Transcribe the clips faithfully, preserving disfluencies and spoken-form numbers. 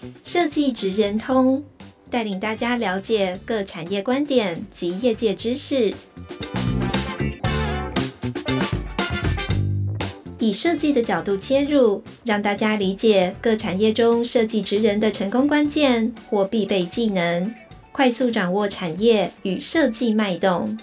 设计职人通，带领大家了解各产业观点及业界知识，以设计的角度切入，让大家理解各产业中设计职人的成功关键或必备技能，快速掌握产业与设计脉动。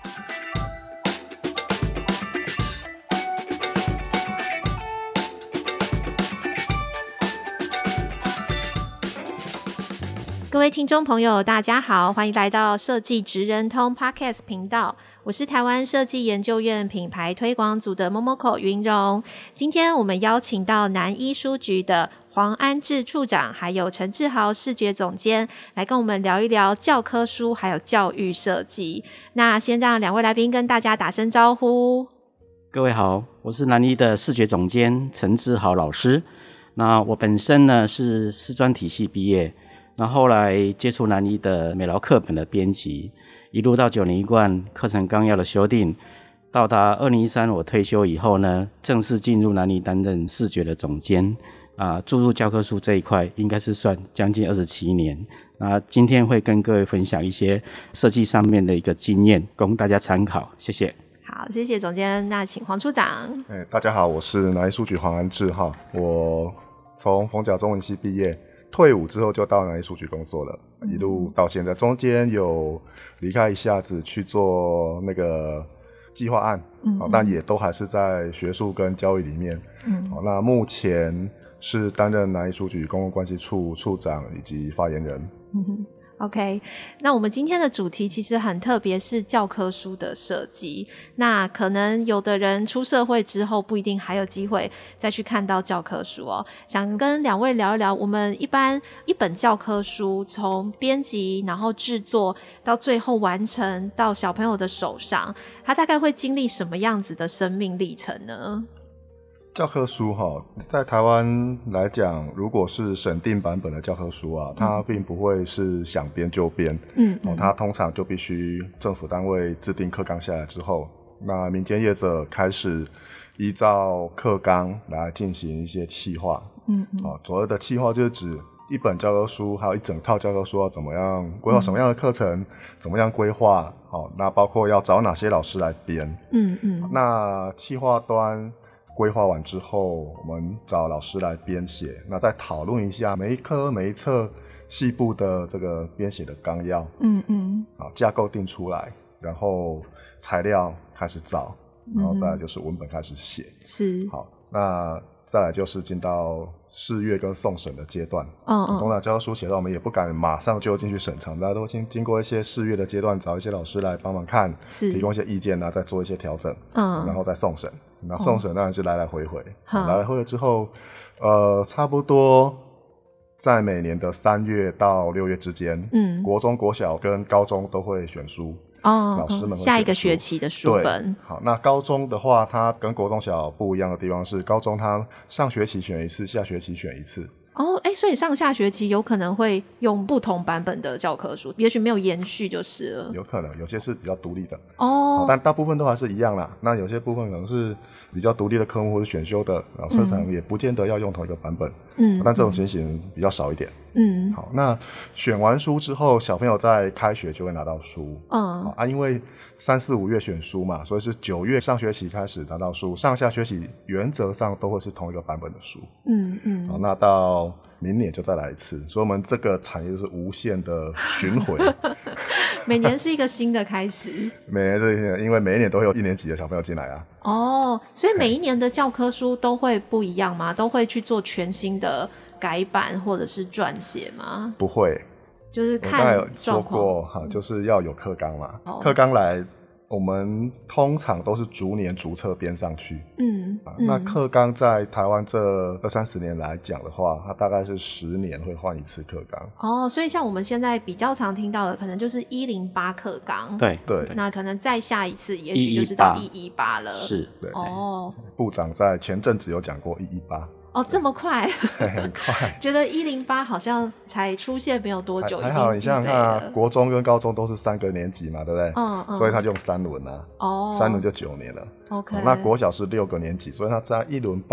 各位听众朋友大家好，欢迎来到设计职人通 Podcast 频道，我是台湾设计研究院品牌推广组的 Momoko 云蓉。今天我们邀请到南一书局的黄安志处长还有陈志豪视觉总监来跟我们聊一聊教科书还有教育设计。那先让两位来宾跟大家打声招呼。 各位好，我是南一的视觉总监陈志豪老师。那我本身呢是师专体系毕业，那后来接触南一的美劳课本的编辑，一路到九年一贯课程纲要的修订，到达二零一三我退休以后呢，正式进入南一担任视觉的总监啊，注入教科书这一块应该是算将近二十七年。那今天会跟各位分享一些设计上面的一个经验，供大家参考。谢谢。 好，谢谢总监。那请黄处长。 欸、大家好，我是南一书局黄安志哈。我从逢甲中文系毕业，退伍之后就到南一书局工作了，一路到现在，中间有离开一下子去做那个计划案，嗯嗯，但也都还是在学术跟教育里面。嗯，那目前是担任南一书局公共关系处处长以及发言人。 嗯OK， 那我们今天的主题其实很特别，是教科书的设计。那可能有的人出社会之后不一定还有机会再去看到教科书哦。想跟两位聊一聊，我们一般一本教科书从编辑然后制作到最后完成到小朋友的手上，它大概会经历什么样子的生命历程呢？ 教科书哈，在台湾来讲，如果是审定版本的教科书啊，它并不会是想编就编，嗯，哦，它通常就必须政府单位制定课纲下来之后，那民间业者开始依照课纲来进行一些企划，嗯嗯，哦，所谓的企划就是指一本教科书，还有一整套教科书要怎么样规划什么样的课程，嗯，怎么样规划，好，那包括要找哪些老师来编，嗯嗯，那企划端规划完之后，我们找老师来编写，那再讨论一下每一科每一册细部的这个编写的纲要，嗯嗯，好，架构定出来，然后材料开始找，然后再来就是文本开始写，是，好，那再来就是进到试阅跟送审的阶段。嗯嗯，通常教科书写到我们也不敢马上就进去审查，大家都经经过一些试阅的阶段，找一些老师来帮忙看，提供一些意见啊，再做一些调整，嗯，然后再送审。那送审当然是来来回回，哦，来来回回之后，呃，差不多在每年的三月到六月之间，嗯，国中、国小跟高中都会选书。哦，老师们会选书，下一个学期的书本。 好，那高中的话，它跟国中小不一样的地方是，高中它上学期选一次，下学期选一次。 哦，哎，所以上下学期有可能会用不同版本的教科书，也许没有延续就是了。 有可能，有些是比较独立的哦，但大部分都还是一样啦。那有些部分可能是比较独立的科目或者选修的，然后课程也不见得要用同一个版本。嗯，但这种情形比较少一点。嗯，好，那选完书之后，小朋友在开学就会拿到书。嗯，啊，因为三四五月选书嘛，所以是九月上学期开始拿到书，上下学期原则上都会是同一个版本的书。嗯嗯，好，那到明年就再来一次，所以我们这个产业就是无限的巡回。 每年是一个新的开始。 每年是因为每一年都会有一年级的小朋友进来啊。哦， 所以每一年的教科书都会不一样吗？都会去做全新的改版或者是撰写吗？ 不会， 就是看我刚才有说过哈，就是要有课纲嘛，哦，课纲来我们通常都是逐年逐册编上去。嗯，啊，那课纲在台湾这二三十年来讲的话，它大概是十年会换一次课纲。 哦，所以像我们现在比较常听到的，可能就是一零八课纲。 对对， 那可能再下一次，也许就是到一一八了。 是， 对。哦，部长在前阵子有讲过一一八。 哦，这么快？ 很快。 觉得一零八好像才出现没有多久， 还好，你想想看啊，国中跟高中都是三个年级嘛，对不对？嗯嗯。所以他用三轮啊。哦。三轮就九年了。OK，哦。那国小是六个年级，所以他在一轮半。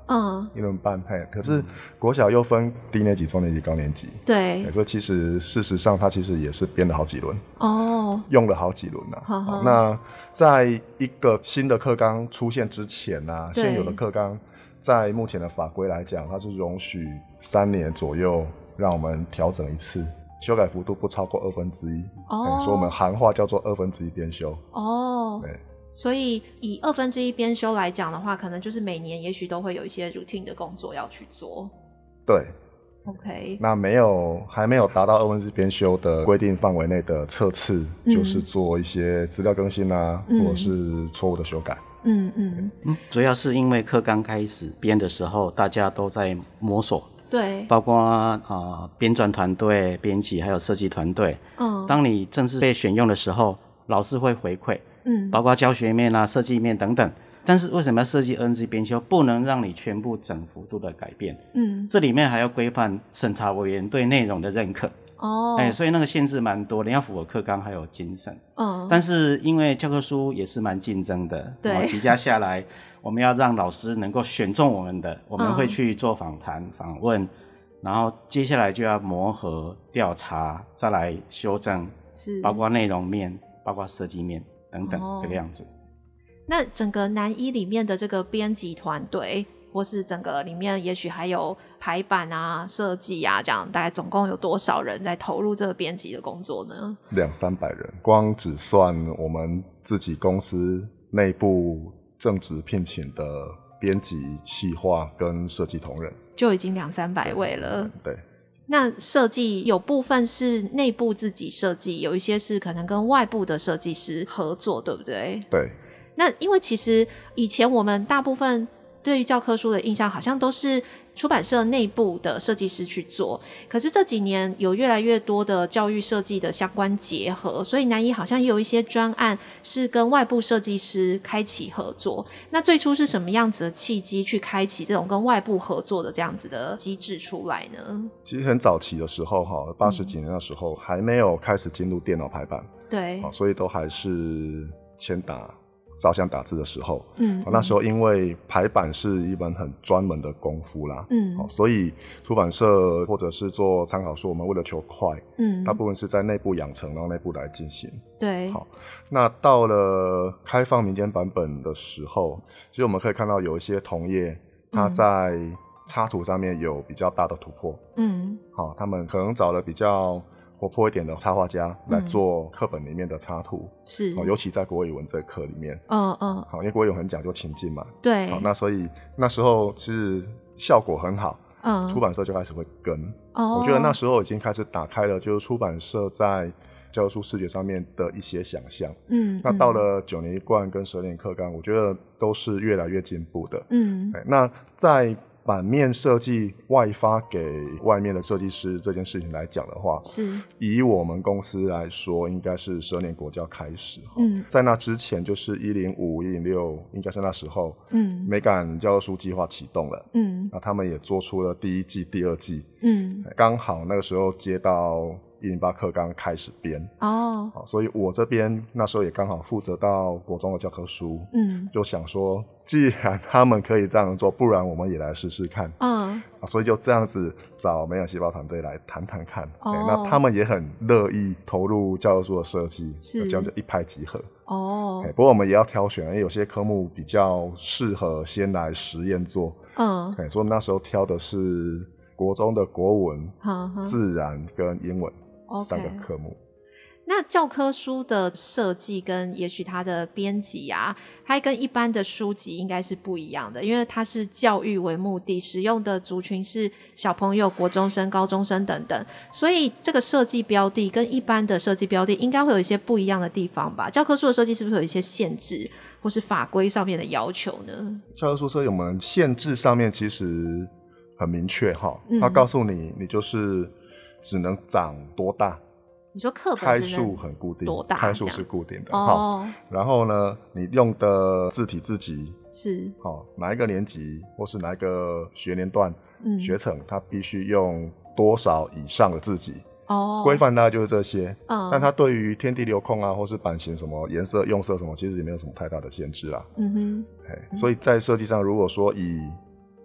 嗯， 一轮半嘿。可是国小又分低年级、中年级、高年级， 对， 所以其实事实上它其实也是编了好几轮哦， 用了好几轮啊。 呵呵那在一个新的课纲出现之前啊，现有的课纲在目前的法规来讲，它是容许三年左右让我们调整一次。修改幅度不超过二分之一，哦，所以我们行话叫做二分之一编修。 哦， 对， 所以以二分之一编修来讲的话，可能就是每年也许都会有一些 routine 的工作要去做。 对 ，OK。 那没有还没有达到二分之一编修的规定范围内的测次，嗯，就是做一些资料更新啊，嗯，或者是错误的修改。 嗯嗯嗯，主要是因为课刚开始编的时候，大家都在摸索。 对， 包括啊编撰团队、编辑还有设计团队。嗯，当你正式被选用的时候，老师会回馈，嗯，包括教学面啊、设计面等等。但是为什么要设计 二分之一编修？不能让你全部整幅度的改变。嗯，这里面还要规范审查委员对内容的认可。哦，哎，所以那个限制蛮多的，要符合课纲还有精神。嗯，但是因为教科书也是蛮竞争的，对，几家下来。我们要让老师能够选中我们的，我们会去做访谈、访问，然后接下来就要磨合、调查，再来修正，是包括内容面、包括设计面等等、哦、这个样子。 那整个南一里面的这个编辑团队，或是整个里面也许还有排版啊、设计啊，这样大概总共有多少人在投入这个编辑的工作呢？两三百人，光只算我们自己公司内部正职聘请的编辑、企划跟设计同仁， 就已经两三百位了。 对。 那设计有部分是内部自己设计，有一些是可能跟外部的设计师合作，对不对？ 对。 那因为其实以前我们大部分对于教科书的印象好像都是出版社内部的设计师去做，可是这几年有越来越多的教育设计的相关结合，所以南一好像也有一些专案是跟外部设计师开启合作。那最初是什么样子的契机去开启这种跟外部合作的这样子的机制出来呢？ 其实很早期的时候哈，八十几年的时候、嗯、还没有开始进入电脑排版， 对， 所以都还是先打照相打字的时候，嗯，那时候因为排版是一门很专门的功夫啦，嗯，所以出版社或者是做参考书，我们为了求快，嗯，大部分是在内部养成，然后内部来进行。 对， 好，那到了开放民间版本的时候，其实我们可以看到有一些同业，他在插图上面有比较大的突破，嗯，好，他们可能找了比较活泼一点的插画家来做课本里面的插图，是、嗯，尤其在国语文这课里面，嗯嗯，好，因为国语文很讲究情境嘛， 对， 好，那所以那时候是效果很好，嗯，出版社就开始会跟，哦，我觉得那时候已经开始打开了，就是出版社在教科书视觉上面的一些想象，嗯，那到了九年一贯跟十二年课纲，我觉得都是越来越进步的，嗯，那在版面设计外发给外面的设计师这件事情来讲的话，是以我们公司来说，应该是十二年国教开始。嗯，在那之前就是一零五、一零六，应该是那时候，嗯，美感教科书计划启动了，嗯，那他们也做出了第一季、第二季，嗯，刚好那个时候接到一零八课纲开始编哦，所以我这边那时候也刚好负责到国中的教科书，嗯，就想说，既然他们可以这样做，不然我们也来试试看，嗯，啊，所以就这样子找美感细胞团队来谈谈看，哦，那他们也很乐意投入教科书的设计，是这样就一拍即合。哦，不过我们也要挑选，因为有些科目比较适合先来实验做，嗯，所以我们那时候挑的是国中的国文、呵呵自然跟英文。Okay. 三个科目。 那教科书的设计跟也许它的编辑啊，它跟一般的书籍应该是不一样的，因为它是教育为目的，使用的族群是小朋友、国中生、高中生等等，所以这个设计标的跟一般的设计标的应该会有一些不一样的地方吧？教科书的设计是不是有一些限制或是法规上面的要求呢？ 教科书设计我们限制上面其实很明确哈，它告诉你你就是只能长多大， 你说课本开数很固定， 多大？ 开数是固定的，哦。然后呢，你用的字体字级是好，哪一个年级或是哪一个学年段、嗯、学程，它必须用多少以上的字级。哦，规范大概就是这些。嗯，但它对于天地流空啊，或是版型什么颜色用色什么，其实也没有什么太大的限制啦。嗯哼，所以在设计上，如果说以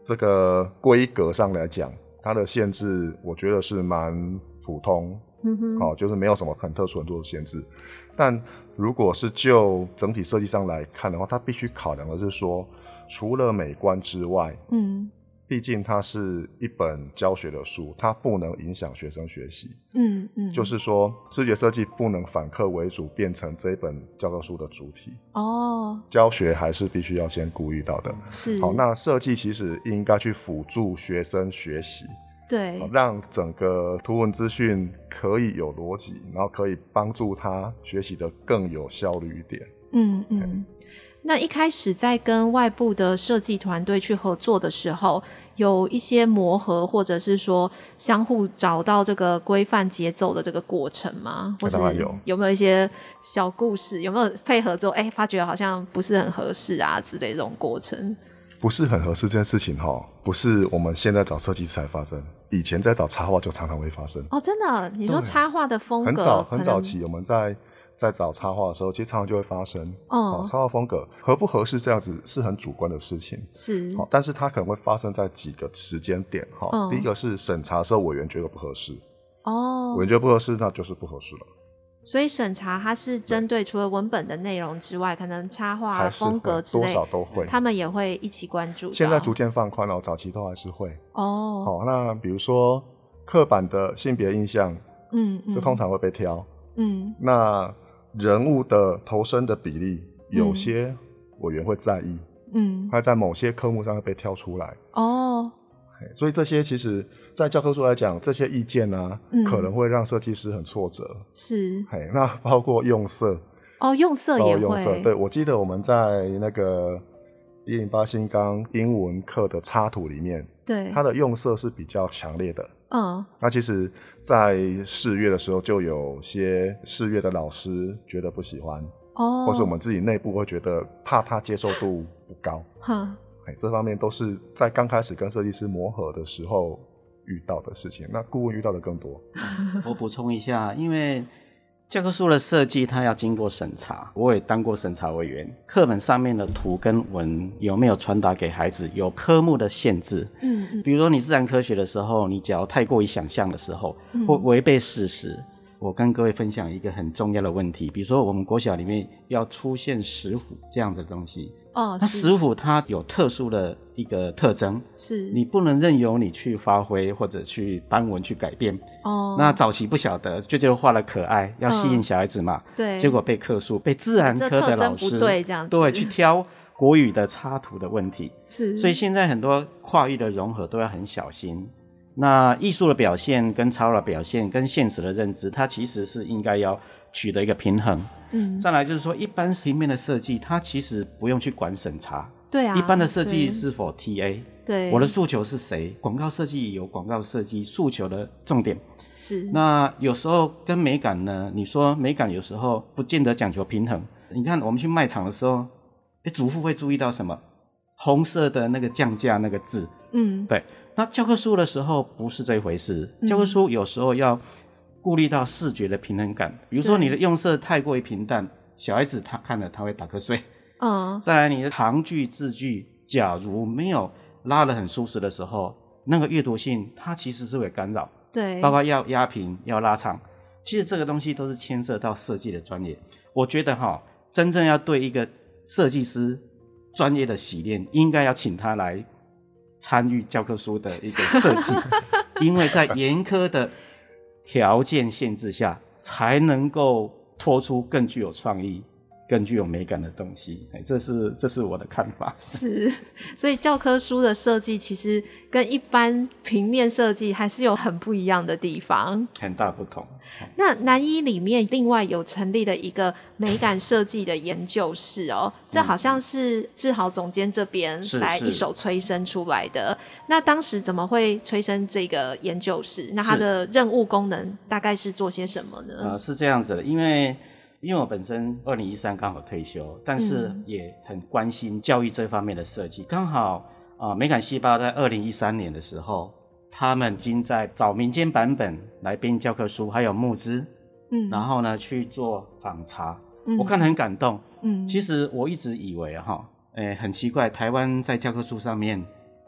这个规格上来讲，它的限制我觉得是蛮普通，嗯哼，哦，就是没有什么很特殊很多的限制。但如果是就整体设计上来看的话，它必须考量的是说，除了美观之外，嗯，毕竟它是一本教学的书，它不能影响学生学习，嗯嗯，就是说视觉设计不能反客为主，变成这一本教科书的主体。哦，教学还是必须要先顾虑到的。是，好，那设计其实应该去辅助学生学习。对，让整个图文资讯可以有逻辑，然后可以帮助他学习的更有效率一点。嗯嗯。那一开始在跟外部的设计团队去合作的时候，有一些磨合，或者是说相互找到这个规范节奏的这个过程吗？或是有没有一些小故事？有没有配合之后，哎，发觉好像不是很合适啊之类的这种过程？ 不是很合适这件事情齁，不是我们现在找设计师才发生，以前在找插画就常常会发生。 哦，真的？你说插画的风格？ 很早很早期我们在在找插画的时候，其实常常就会发生。哦，插画风格合不合适这样子是很主观的事情。是。好，但是它可能会发生在几个时间点齁。嗯。第一个是审查的时候委员觉得不合适。哦。委员觉得不合适，那就是不合适了。 所以审查它是针对除了文本的内容之外，可能插画风格之类， 多少都会， 他们也会一起关注。 现在逐渐放宽了，早期都还是会。哦，好，那比如说刻板的性别印象，嗯，这通常会被挑。嗯，那人物的头身的比例，有些委员会在意。嗯，它在某些科目上会被挑出来。哦。所以这些其实在教科书来讲，这些意见啊、嗯、可能会让设计师很挫折。是，那包括用色。 哦，用色也会。 用色，对，我记得我们在那个一零八新纲英文课的插图里面，对，它的用色是比较强烈的。嗯，那其实在试阅的时候就有些试阅的老师觉得不喜欢。哦，或是我们自己内部会觉得怕他接受度不高。哈。这方面都是在刚开始跟设计师磨合的时候遇到的事情，那顾问遇到的更多。 我补充一下，因为教科书的设计它要经过审查，我也当过审查委员，课本上面的图跟文有没有传达给孩子，有科目的限制。嗯嗯，比如说你自然科学的时候，你只要太过于想象的时候，或违背事实。我跟各位分享一个很重要的问题，比如说我们国小里面要出现石虎这样的东西。哦，那石虎它有特殊的一个特征，是你不能任由你去发挥或者去斑纹去改变。哦，那早期不晓得，就觉得画了可爱，要吸引小孩子嘛。对、嗯，结果被客诉，被自然科的老师对这样对去挑国语的插图的问题。是，所以现在很多跨域的融合都要很小心。那艺术的表现跟插画的表现跟现实的认知，它其实是应该要取得一个平衡。嗯，再来就是说，一般平面的设计，它其实不用去管审查。对啊，一般的设计是否 T A？ 对，我的诉求是谁？广告设计有广告设计诉求的重点。是。那有时候跟美感呢，你说美感有时候不见得讲求平衡。你看我们去卖场的时候，哎，主妇会注意到什么？红色的那个降价那个字。嗯，对。那教科书的时候不是这一回事，嗯、教科书有时候要顾虑到视觉的平衡感，比如说你的用色太过于平淡，小孩子他看了他会打瞌睡。嗯，再来你的行距字距，假如没有拉得很舒适的时候，那个阅读性它其实是会干扰。对，包括要压平要拉长，其实这个东西都是牵涉到设计的专业。我觉得哈，真正要对一个设计师专业的洗练，应该要请他来参与教科书的一个设计，因为在严苛的条件限制下，才能够拖出更具有创意、更具有美感的东西。这是这是我的看法。 是，所以教科书的设计其实跟一般平面设计还是有很不一样的地方， 很大不同。 那南一里面另外有成立了一个美感设计的研究室哦，这好像是志豪总监这边来一手催生出来的。那当时怎么会催生这个研究室？那它的任务功能大概是做些什么呢？ 呃，是这样子的，因为因为我本身二零一三刚好退休，但是也很关心教育这方面的设计。刚好啊、呃，美感细胞在二零一三年的时候，他们已经在找民间版本来编教科书，还有募资，嗯，然后呢去做访查，嗯、我看得很感动。嗯，其实我一直以为哈，诶，很奇怪，台湾在教科书上面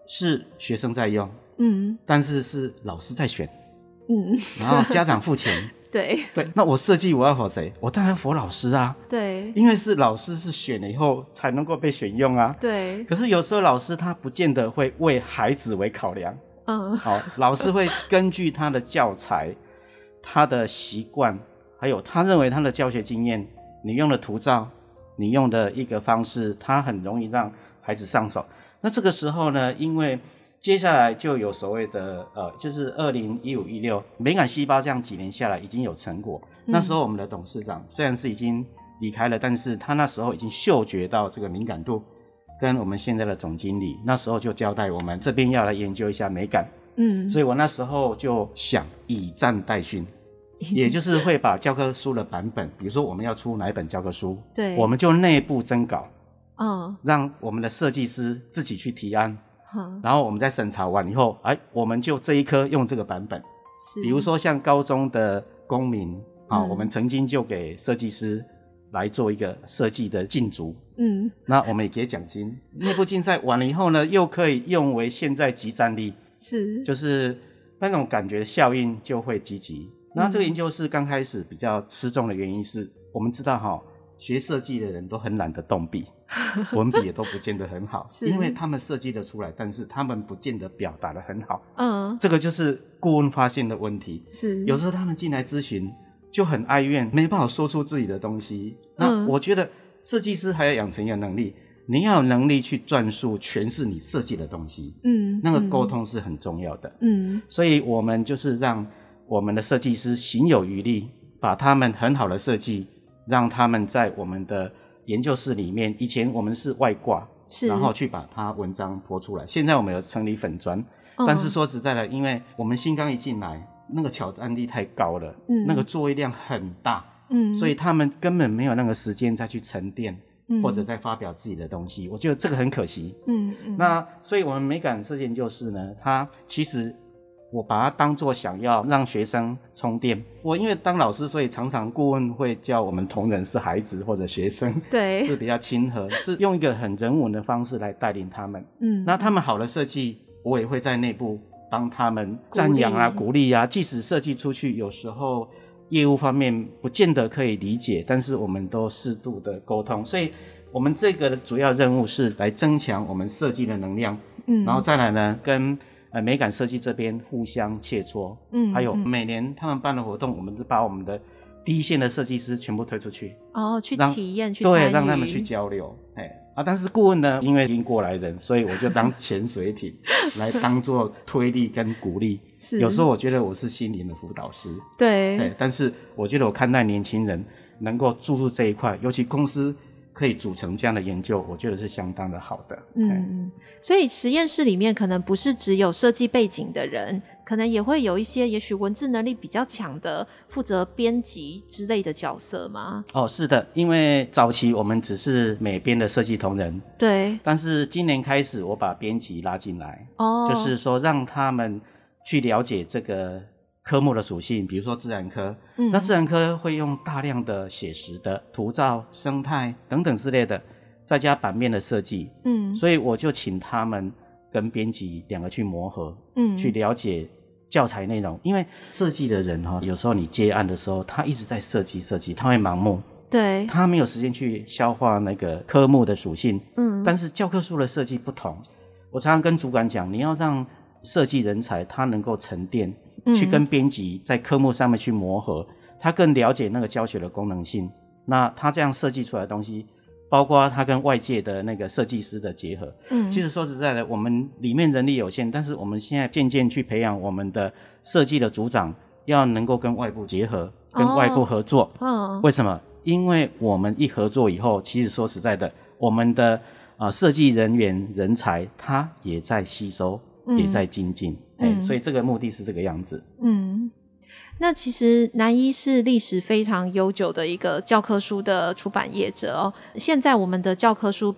是学生在用， 嗯， 但是是老师在选， 嗯， 然后家长付钱。 对对，那我设计我要否谁？我当然否老师啊。 对， 因为是老师是选了以后才能够被选用啊。 对。 可是有时候老师他不见得会为孩子为考量。 嗯。 好，老师会根据他的教材、他的习惯，还有他认为他的教学经验，你用的图照，你用的一个方式，他很容易让孩子上手。那这个时候呢，因为接下来就有所谓的呃，就是二零一五一六美感细胞，这样几年下来已经有成果。嗯、那时候我们的董事长虽然是已经离开了，但是他那时候已经嗅觉到这个敏感度，跟我们现在的总经理那时候就交代我们这边要来研究一下美感。嗯，所以我那时候就想以战代训，也就是会把教科书的版本，比如说我们要出哪一本教科书，对，我们就内部征稿，嗯，让我们的设计师自己去提案。然后我们在审查完以后，哎，我们就这一科用这个版本。是，比如说像高中的公民啊、嗯，我们曾经就给设计师来做一个设计的竞逐，嗯，那我们也给奖金。内部竞赛完了以后呢，又可以用为现在即战力，是，就是那种感觉效应就会积极。那这个研究室刚开始比较吃重的原因是，我们知道哈，学设计的人都很懒得动笔。文笔也都不见得很好，因为他们设计得出来，但是他们不见得表达得很好。嗯，这个就是顾问发现的问题。是，有时候他们进来咨询就很哀怨，没办法说出自己的东西。那我觉得设计师还要养成一个能力，你要有能力去转述诠释你设计的东西。嗯，那个沟通是很重要的。嗯，所以我们就是让我们的设计师行有余力，把他们很好的设计，让他们在我们的研究室里面，以前我们是外挂，然后去把它文章播出来。现在我们有成立粉专、哦，但是说实在的，因为我们新刚一进来，那个挑战力太高了，嗯，那个作业量很大，嗯，所以他们根本没有那个时间再去沉淀，嗯，或者再发表自己的东西。我觉得这个很可惜，嗯嗯。那所以我们美感设计研究室呢，它其实我把它当作想要让学生充电。我因为当老师，所以常常顾问会叫我们同仁是孩子或者学生，对，是比较亲和，是用一个很人文的方式来带领他们。嗯，那他们好的设计，我也会在内部帮他们赞扬啊、鼓励啊。即使设计出去，有时候业务方面不见得可以理解，但是我们都适度的沟通。所以我们这个主要任务是来增强我们设计的能量。嗯，然后再来呢，跟呃，美感设计这边互相切磋，嗯，还有每年他们办的活动，我们是把我们的第一线的设计师全部推出去，哦，去体验，去参与，对，让他们去交流，哎啊，但是顾问呢，因为已经过来人，所以我就当潜水艇来当做推力跟鼓励。是，有时候我觉得我是心灵的辅导师，对，对，但是我觉得我看待年轻人能够注入这一块，尤其公司可以组成这样的研究，我觉得是相当的好的。 嗯，所以实验室里面可能不是只有设计背景的人，可能也会有一些也许文字能力比较强的负责编辑之类的角色吗？ 哦，是的，因为早期我们只是美编的设计同仁，对，但是今年开始我把编辑拉进来，哦，就是说让他们去了解这个科目的属性，比如说自然科，嗯，那自然科会用大量的写实的图照、生态等等之类的，再加版面的设计，嗯，所以我就请他们跟编辑两个去磨合，嗯，去了解教材内容，因为设计的人哈、哦，有时候你接案的时候，他一直在设计设计，他会盲目，对，他没有时间去消化那个科目的属性，嗯，但是教科书的设计不同，我常常跟主管讲，你要让设计人才他能够沉淀。去跟编辑在科目上面去磨合，他更了解那个教学的功能性。那他这样设计出来的东西，包括他跟外界的那个设计师的结合。嗯，其实说实在的，我们里面人力有限，但是我们现在渐渐去培养我们的设计的组长，要能够跟外部结合，跟外部合作。哦，为什么？因为我们一合作以后，其实说实在的，我们的啊设计人员人才他也在吸收。也在精进、嗯欸、所以这个目的是这个样子。 嗯，那其实南一是历史非常悠久的一个教科书的出版业者哦。现在我们的教科书比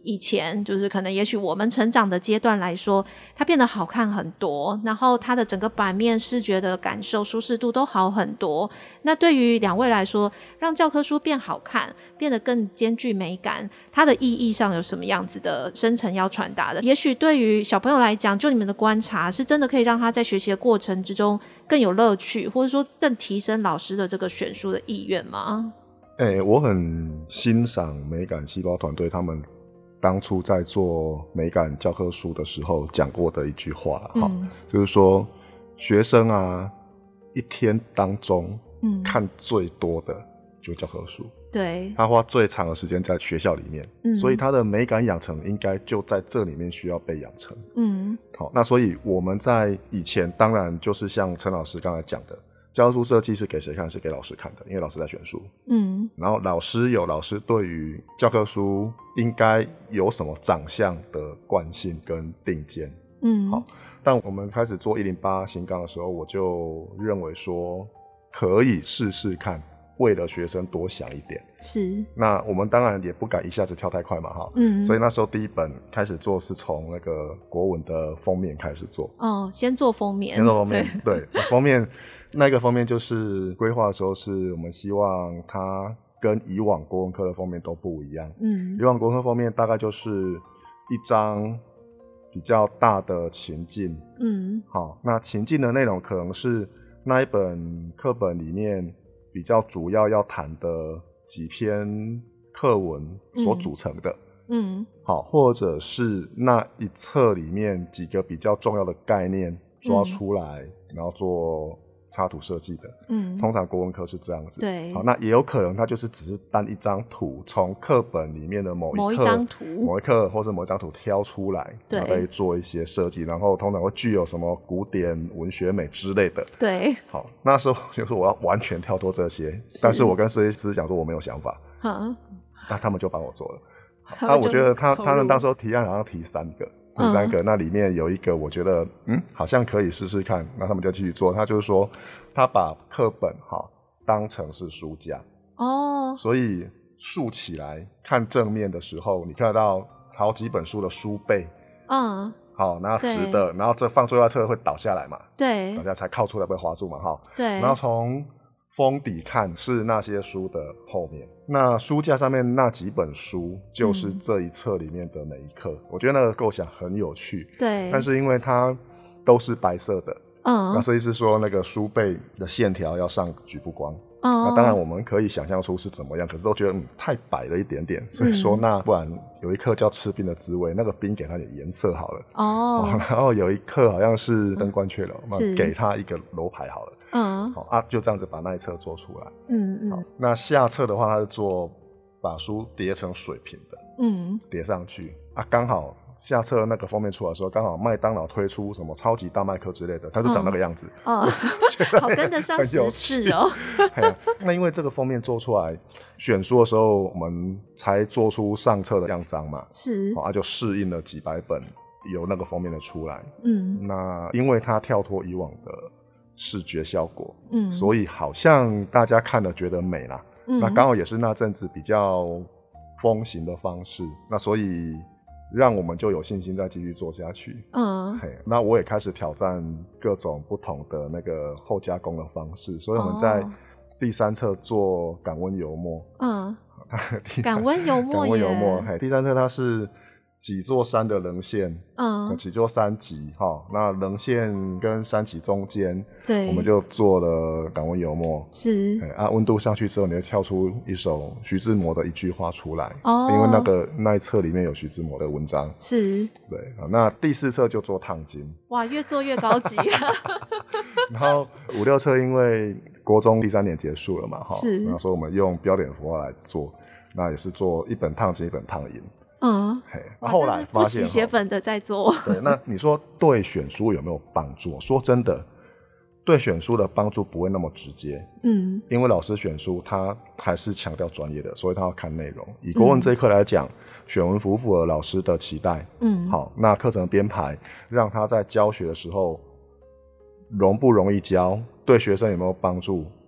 以前就是可能也许我们成长的阶段来说，它变得好看很多，然后它的整个版面视觉的感受舒适度都好很多。那对于两位来说，让教科书变好看，变得更兼具美感，它的意义上有什么样子的深层要传达的？也许对于小朋友来讲，就你们的观察是真的可以让他在学习的过程之中更有乐趣，或者说更提升老师的这个选书的意愿吗？ 欸，我很欣赏美感细胞团队他们当初在做美感教科书的时候讲过的一句话，嗯，就是说学生啊一天当中看最多的就是教科书， 对， 他花最长的时间在学校里面，嗯，所以他的美感养成应该就在这里面需要被养成，嗯，好，那所以我们在以前当然就是像陈老师刚才讲的，教科书设计是给谁看？是给老师看的，因为老师在选书，嗯，然后老师有老师对于教科书应该有什么长相的惯性跟定见，嗯，好，但我们开始做一零八新纲的时候，我就认为说可以试试看，为了学生多想一点， 是。 那我们当然也不敢一下子跳太快嘛，哈，嗯，所以那时候第一本开始做是从那个国文的封面开始做， 哦，先做封面， 先做封面，对，对封面那个封面就是规划的时候，是我们希望它跟以往国文科的封面都不一样，嗯，以往国文科封面大概就是一张比较大的情境，嗯，好，那情境的内容可能是那一本课本里面比较主要要谈的几篇课文所组成的，嗯，嗯好，或者是那一册里面几个比较重要的概念抓出来，嗯，然后做插图设计的，嗯，通常国文科是这样子，对，好，那也有可能它就是只是单一张图，从课本里面的某一课、某一张图、某一课或者某一张图挑出来，对，然后再做一些设计，然后通常会具有什么古典文学美之类的，对，好，那时候就是我要完全跳脱这些，是但是我跟设计师讲说我没有想法，好，那他们就帮我做了，那、啊、我觉得他他们当时提案好像提三个。第三个、嗯、那里面有一个我觉得嗯好像可以试试看，那他们就继续做。他就是说他把课本哈当成是书架哦，所以竖起来看正面的时候，你看得到好几本书的书背，嗯，好，然后直的，然后这放最外侧会倒下来嘛，对，倒下才靠出来被划住嘛，哈，对，然后从封底看是那些书的后面，那书架上面那几本书就是这一册里面的每一课、嗯、我觉得那个构想很有趣，对，但是因为它都是白色的，嗯，那设计师说那个书背的线条要上局部光，哦，那当然我们可以想象出是怎么样，可是都觉得嗯太白了一点点，所以说那不然有一课叫吃冰的滋味，那个冰给它点颜色好了，哦，然后有一课好像是登鹳雀楼，那、嗯、给它一个楼牌好了，嗯，好啊，就这样子把那一册做出来，嗯嗯，好，那下册的话，它是做把书叠成水平的，嗯，叠上去啊，刚好下册那个封面出来的时候，刚好麦当劳推出什么超级大麦克之类的，它就长那个样子，哦， 哦好跟得上时事哦。 啊、那因为这个封面做出来，选书的时候我们才做出上册的样章嘛，是，啊，就适应了几百本有那个封面的出来，嗯，那因为它跳脱以往的视觉效果，嗯，所以好像大家看了觉得美啦，嗯，那刚好也是那阵子比较风行的方式，那所以让我们就有信心再继续做下去，嗯，嘿，那我也开始挑战各种不同的那个后加工的方式，所以我们在第三册做感温油墨，嗯， 感温油墨， 感温油墨，嘿，第三册它是几座山的棱线，嗯，几座山脊哈，那棱线跟山脊中间，对，我们就做了感温油墨，是，啊，温度上去之后，你会跳出一首徐志摩的一句话出来，哦，因为那个那一册里面有徐志摩的文章，是，对，那第四册就做烫金， 哇，越做越高级， 然后五六册因为国中第三年结束了嘛，哈，是，那所以我们用标点符号来做，那也是做一本烫金，一本烫银。嗯，后来发现不洗血粉的在做。 对，那你说对选书有没有帮助？说真的，对选书的帮助不会那么直接。嗯，因为老师选书他还是强调专业的，所以他要看内容。以国文这一课来讲，嗯，选文符符合老师的期待。嗯，好，那课程编排让他在教学的时候容不容易教，对学生有没有帮助？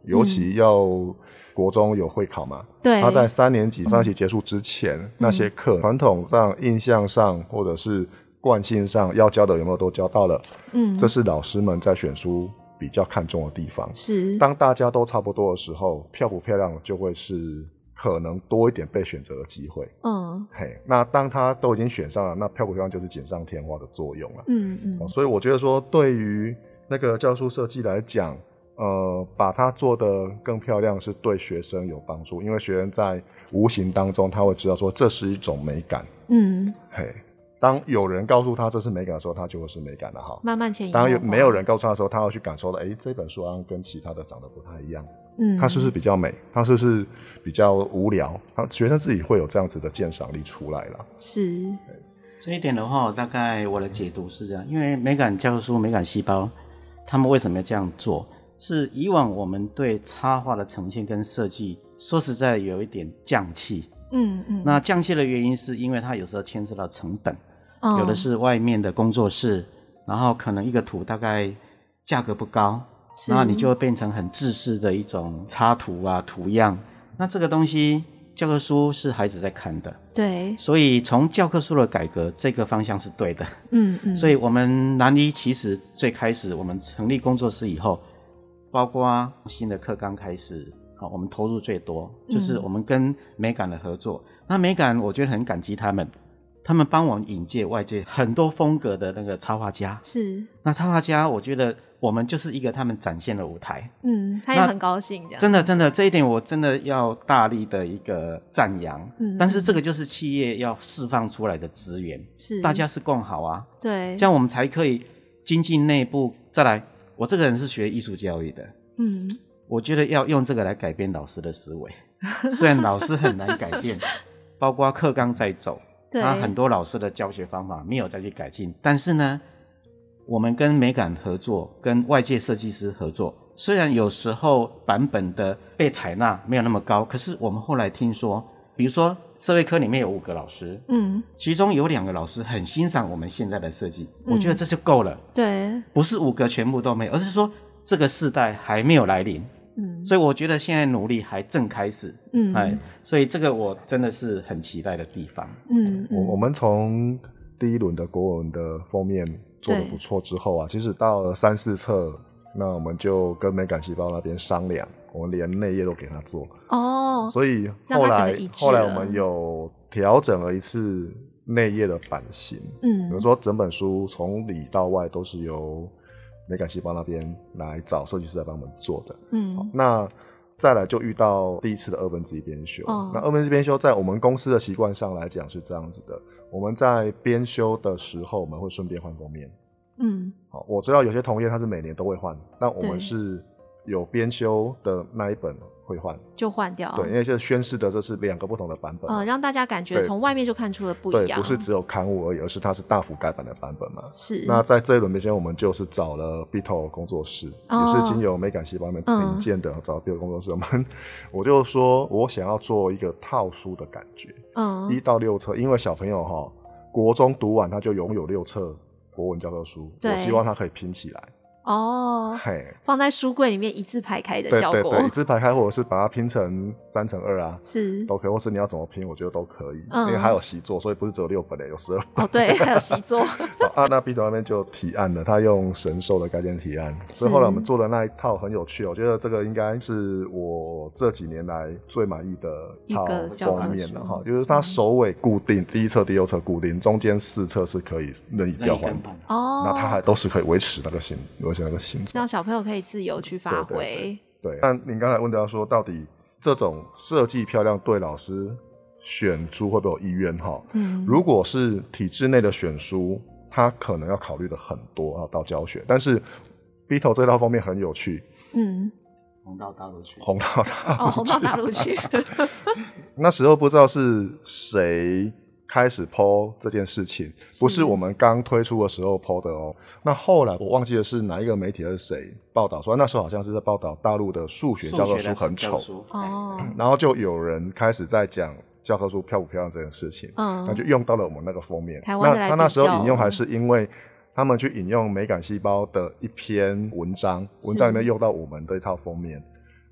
尤其要国中有会考嘛， 对， 他在三年级上学期结束之前、嗯、那些课传统上印象上或者是惯性上要教的有没有都教到了，嗯，这是老师们在选书比较看重的地方。 是， 当大家都差不多的时候，漂不漂亮就会是可能多一点被选择的机会。嗯，嘿，那当他都已经选上了，那漂不漂亮就是锦上添花的作用了。嗯嗯、哦，所以我觉得说对于那个教书设计来讲，呃，把它做得更漂亮是对学生有帮助，因为学生在无形当中他会知道说这是一种美感。嗯，嘿。当有人告诉他这是美感的时候，他就会是美感的哈。 慢慢潜移默化。 当有没有人告诉他的时候，他要去感受到，哎，这本书好像跟其他的长得不太一样。嗯，它是不是比较美？它是不是比较无聊？他学生自己会有这样子的鉴赏力出来了。 是。 这一点的话，大概我的解读是这样，因为美感教书、美感细胞，他们为什么要这样做？是以往我们对插画的呈现跟设计，说实在有一点匠气。嗯嗯。那匠气的原因是因为它有时候牵涉到成本。Oh. 有的是外面的工作室，然后可能一个图大概价格不高，然后你就会变成很制式的一种插图啊图样。那这个东西教科书是孩子在看的， 对， 所以从教科书的改革这个方向是对的。嗯嗯，所以我们南一其实最开始我们成立工作室以后，包括新的课纲开始，好，我们投入最多就是我们跟美感的合作。嗯、那美感我觉得很感激他们。他们帮我们引介外界很多风格的那个插画家， 是。那插画家，我觉得我们就是一个他们展现的舞台。 嗯，他也很高兴这样。 真的，真的，这一点我真的要大力的一个赞扬。嗯，但是这个就是企业要释放出来的资源，是大家是共好啊。 对， 这样我们才可以精进内部。再来，我这个人是学艺术教育的，嗯，我觉得要用这个来改变老师的思维。虽然老师很难改变，包括课纲在走。他很多老师的教学方法没有再去改进，但是呢，我们跟美感合作，跟外界设计师合作，虽然有时候版本的被采纳没有那么高，可是我们后来听说，比如说社会科里面有五个老师，嗯，其中有两个老师很欣赏我们现在的设计，嗯、我觉得这就够了。 对， 不是五个全部都没有，而是说这个世代还没有来临。嗯，所以我觉得现在努力还正开始，嗯，哎，所以这个我真的是很期待的地方。 嗯，我我们从第一轮的国文的封面做得不错之后啊，其实到了三四册，那我们就跟美感细胞那边商量，我们连内页都给他做。哦，所以后来后来我们有调整了一次内页的版型，嗯，比如说整本书从里到外都是由美感细胞那边来找设计师来帮我们做的。嗯，那再来就遇到第一次的二分之一编修。哦，那二分之一编修在我们公司的习惯上来讲是这样子的，我们在编修的时候我们会顺便换封面。嗯，好，我知道有些同业他是每年都会换，但我们是有编修的那一本会换就换掉。 对，因为就是宣示的这是两个不同的版本， 呃，让大家感觉从外面就看出了不一样。 对，不是只有刊物而已，而是它是大幅改版的版本嘛。 是。 那在这一轮编修，我们就是找了 Beetle 工作室，哦、也是经由美感细胞们引荐的，嗯、找 Beetle 工作室。我们我就说我想要做一个套书的感觉，嗯，一到六册，因为小朋友哈，国中读完他就拥有六册国文教科书，我希望他可以拼起来。 哦，嘿，放在书柜里面一字排开的效果。 对对对，一字排开，或者是把它拼成三乘二啊， 是都可以，或是你要怎么拼，我觉得都可以。嗯，因为还有习作，所以不是只有六本的，有十二本。 哦，对，还有习作。 好啊，那 Beetle 那边就提案了，他用神兽的概念提案，所以后来我们做的那一套很有趣，我觉得这个应该是我这几年来最满意的一套封面了哈，就是它首尾固定，嗯、第一册、第六册固定，中间四册是可以任意调换的。哦，那它还都是可以维持那个形。那个形状， 让小朋友可以自由去发挥。 对，那您刚才问到说，到底这种设计漂亮对老师选书会不会有意愿哈？嗯，如果是体制内的选书，他可能要考虑的很多啊，到教学。但是 Beetle 这套封面很有趣，嗯， 红到大陆去， 红到大陆哦，红到大陆去。 那时候不知道是谁开始 po 这件事情，不是我们刚推出的时候 po 的哦。那后来我忘记的是哪一个媒体还是谁报道说，那时候好像是在报道大陆的数学教科书很丑哦，然后就有人开始在讲教科书漂不漂亮这件事情，嗯，那就用到了我们那个封面。 台湾的来比较， 那他那时候引用还是因为他们去引用美感细胞的一篇文章，文章里面用到我们的一套封面。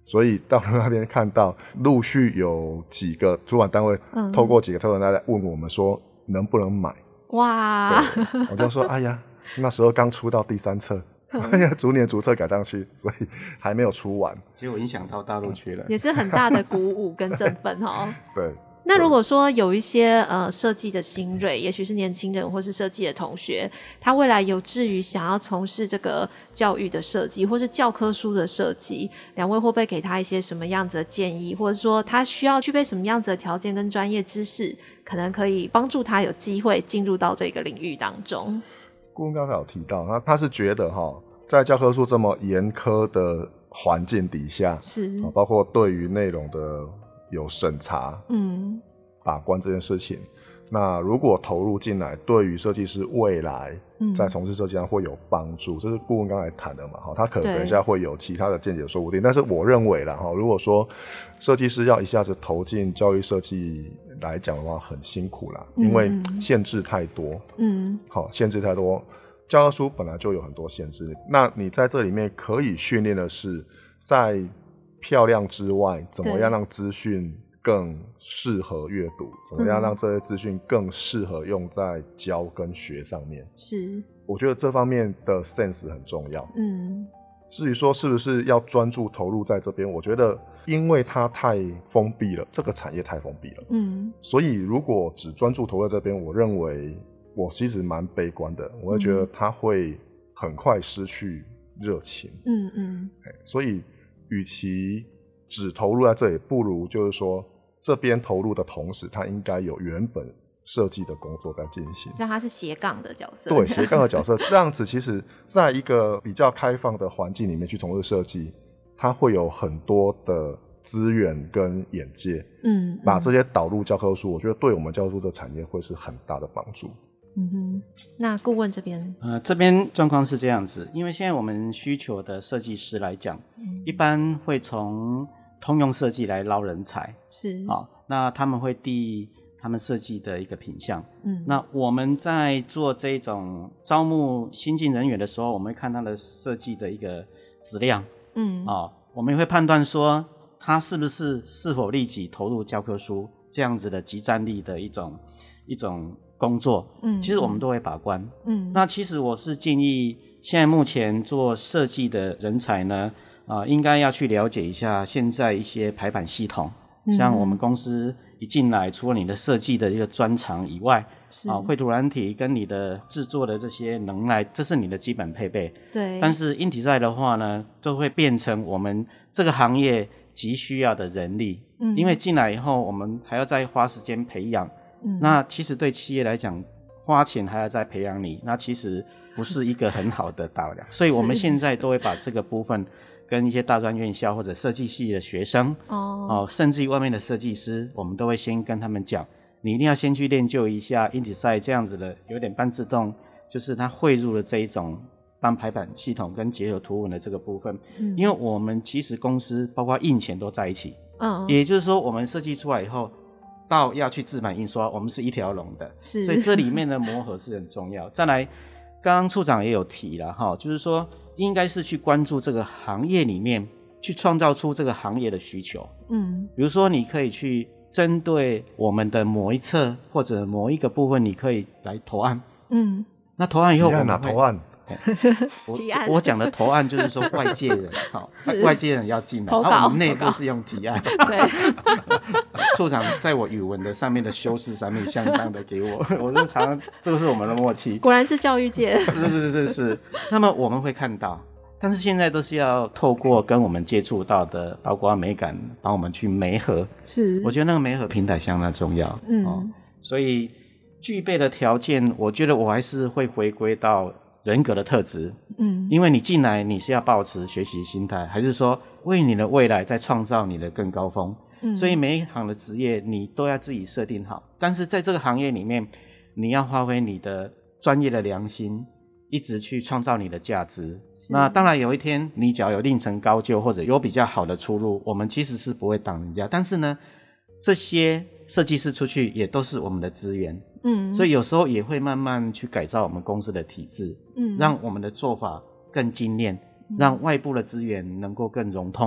所以到那边看到陆续有几个主管单位、嗯、透过几个特管单位问我们说能不能买。 哇， 我就说哎呀，那时候刚出到第三册，哎呀，逐年逐册改上去，所以还没有出完， 结果影响到大陆去了， 也是很大的鼓舞跟振奋哦。 对。 那如果说有一些呃设计的新锐，也许是年轻人或是设计的同学，他未来有志于想要从事这个教育的设计或是教科书的设计，两位会不会给他一些什么样子的建议，或者说他需要具备什么样子的条件跟专业知识，可能可以帮助他有机会进入到这个领域当中？ 顾问刚才有提到，他他是觉得哈，在教科书这么严苛的环境底下， 是包括对于内容的有审查、 嗯， 把关这件事情，那如果投入进来，对于设计师未来在从事设计上会有帮助，嗯、这是顾问刚才谈的嘛，他可能等一下会有其他的见解说不定，但是我认为啦，如果说设计师要一下子投进教育设计来讲的话，很辛苦啦， 嗯、 因为限制太多， 嗯， 好，限制太多，教科书本来就有很多限制，那你在这里面可以训练的是在漂亮之外，怎么样让资讯更适合阅读，怎么样让这些资讯更适合用在教跟学上面， 是我觉得这方面的 sense 很重要。 嗯， 至于说是不是要专注投入在这边，我觉得因为它太封闭了，这个产业太封闭了， 嗯， 所以如果只专注投入在这边，我认为我其实蛮悲观的，我会觉得它会很快失去热情， 嗯嗯， 所以与其只投入在这里，不如就是说这边投入的同时，它应该有原本设计的工作在进行， 这样它是斜杠的角色， 对，斜杠的角色，这样子其实在一个比较开放的环境里面去从事设计，它会有很多的资源跟眼界，嗯，把这些导入教科书，我觉得对我们教科书这产业会是很大的帮助。 嗯哼，那顾问这边， 呃，这边状况是这样子，因为现在我们需求的设计师来讲，嗯、一般会从通用设计来捞人才， 是啊、哦，那他们会递他们设计的一个品项， 嗯， 那我们在做这种招募新进人员的时候，我们会看他的设计的一个质量，嗯，啊、哦，我们也会判断说他是不是是否立即投入教科书这样子的即战力的一种一种工作，嗯，其实我们都会把关，嗯，那其实我是建议现在目前做设计的人才呢，啊、呃，应该要去了解一下现在一些排版系统，嗯、像我们公司一进来，除了你的设计的一个专长以外，啊，绘图软体跟你的制作的这些能耐，这是你的基本配备， 对。 但是硬体在的话呢，就会变成我们这个行业急需要的人力，嗯，因为进来以后，我们还要再花时间培养。嗯、那其实对企业来讲，花钱还要再培养你，那其实不是一个很好的道理。所以我们现在都会把这个部分跟一些大专院校或者设计系的学生，哦，哦甚至于外面的设计师，我们都会先跟他们讲，你一定要先去练就一下 InDesign 这样子的，有点半自动，就是它汇入了这一种帮排版系统跟结合图文的这个部分。嗯、因为我们其实公司包括印钱都在一起，嗯，也就是说我们设计出来以后，到要去制版印刷，我们是一条龙的， 是， 所以这里面的磨合是很重要。再来，刚刚处长也有提了哈，就是说应该是去关注这个行业里面，去创造出这个行业的需求。嗯，比如说你可以去针对我们的某一侧或者某一个部分，你可以来投案。嗯，那投案以后我们会， 提案啊，投案。 我我讲的投案就是说外界人，好，外界人要进来， 然后我们内部是用提案。 对， 处长在我语文的上面的修饰上面相当的给我，我就常常这个是我们的默契。 果然是教育界。 是是是是。那么我们会看到，但是现在都是要透过跟我们接触到的，包括美感，帮我们去媒合。 是， 我觉得那个媒合平台相当重要。嗯、哦，所以具备的条件，我觉得我还是会回归到人格的特质，嗯，因为你进来你是要抱持学习心态，还是说为你的未来再创造你的更高峰？嗯，所以每一行的职业你都要自己设定好，但是在这个行业里面，你要发挥你的专业的良心，一直去创造你的价值。那当然有一天你只要有另成高就或者有比较好的出路，我们其实是不会挡人家，但是呢，这些设计师出去也都是我们的资源。嗯，所以有时候也会慢慢去改造我们公司的体制，嗯，让我们的做法更精炼，嗯，让外部的资源能够更融通。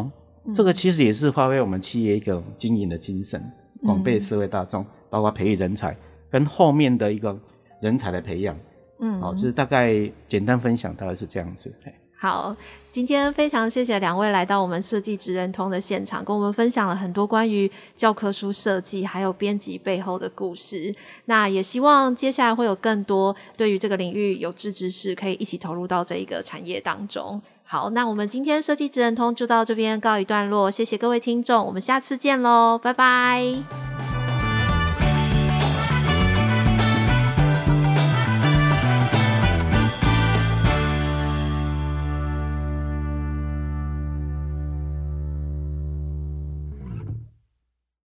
嗯、这个其实也是发挥我们企业一个经营的精神，广被社会大众、嗯、包括培育人才跟后面的一个人才的培养。嗯，好，就是大概简单分享大概是这样子。 好，今天非常谢谢两位来到我们设计职人通的现场，跟我们分享了很多关于教科书设计还有编辑背后的故事。那也希望接下来会有更多对于这个领域有志之士可以一起投入到这一个产业当中。好，那我们今天设计职人通就到这边告一段落，谢谢各位听众，我们下次见咯，拜拜。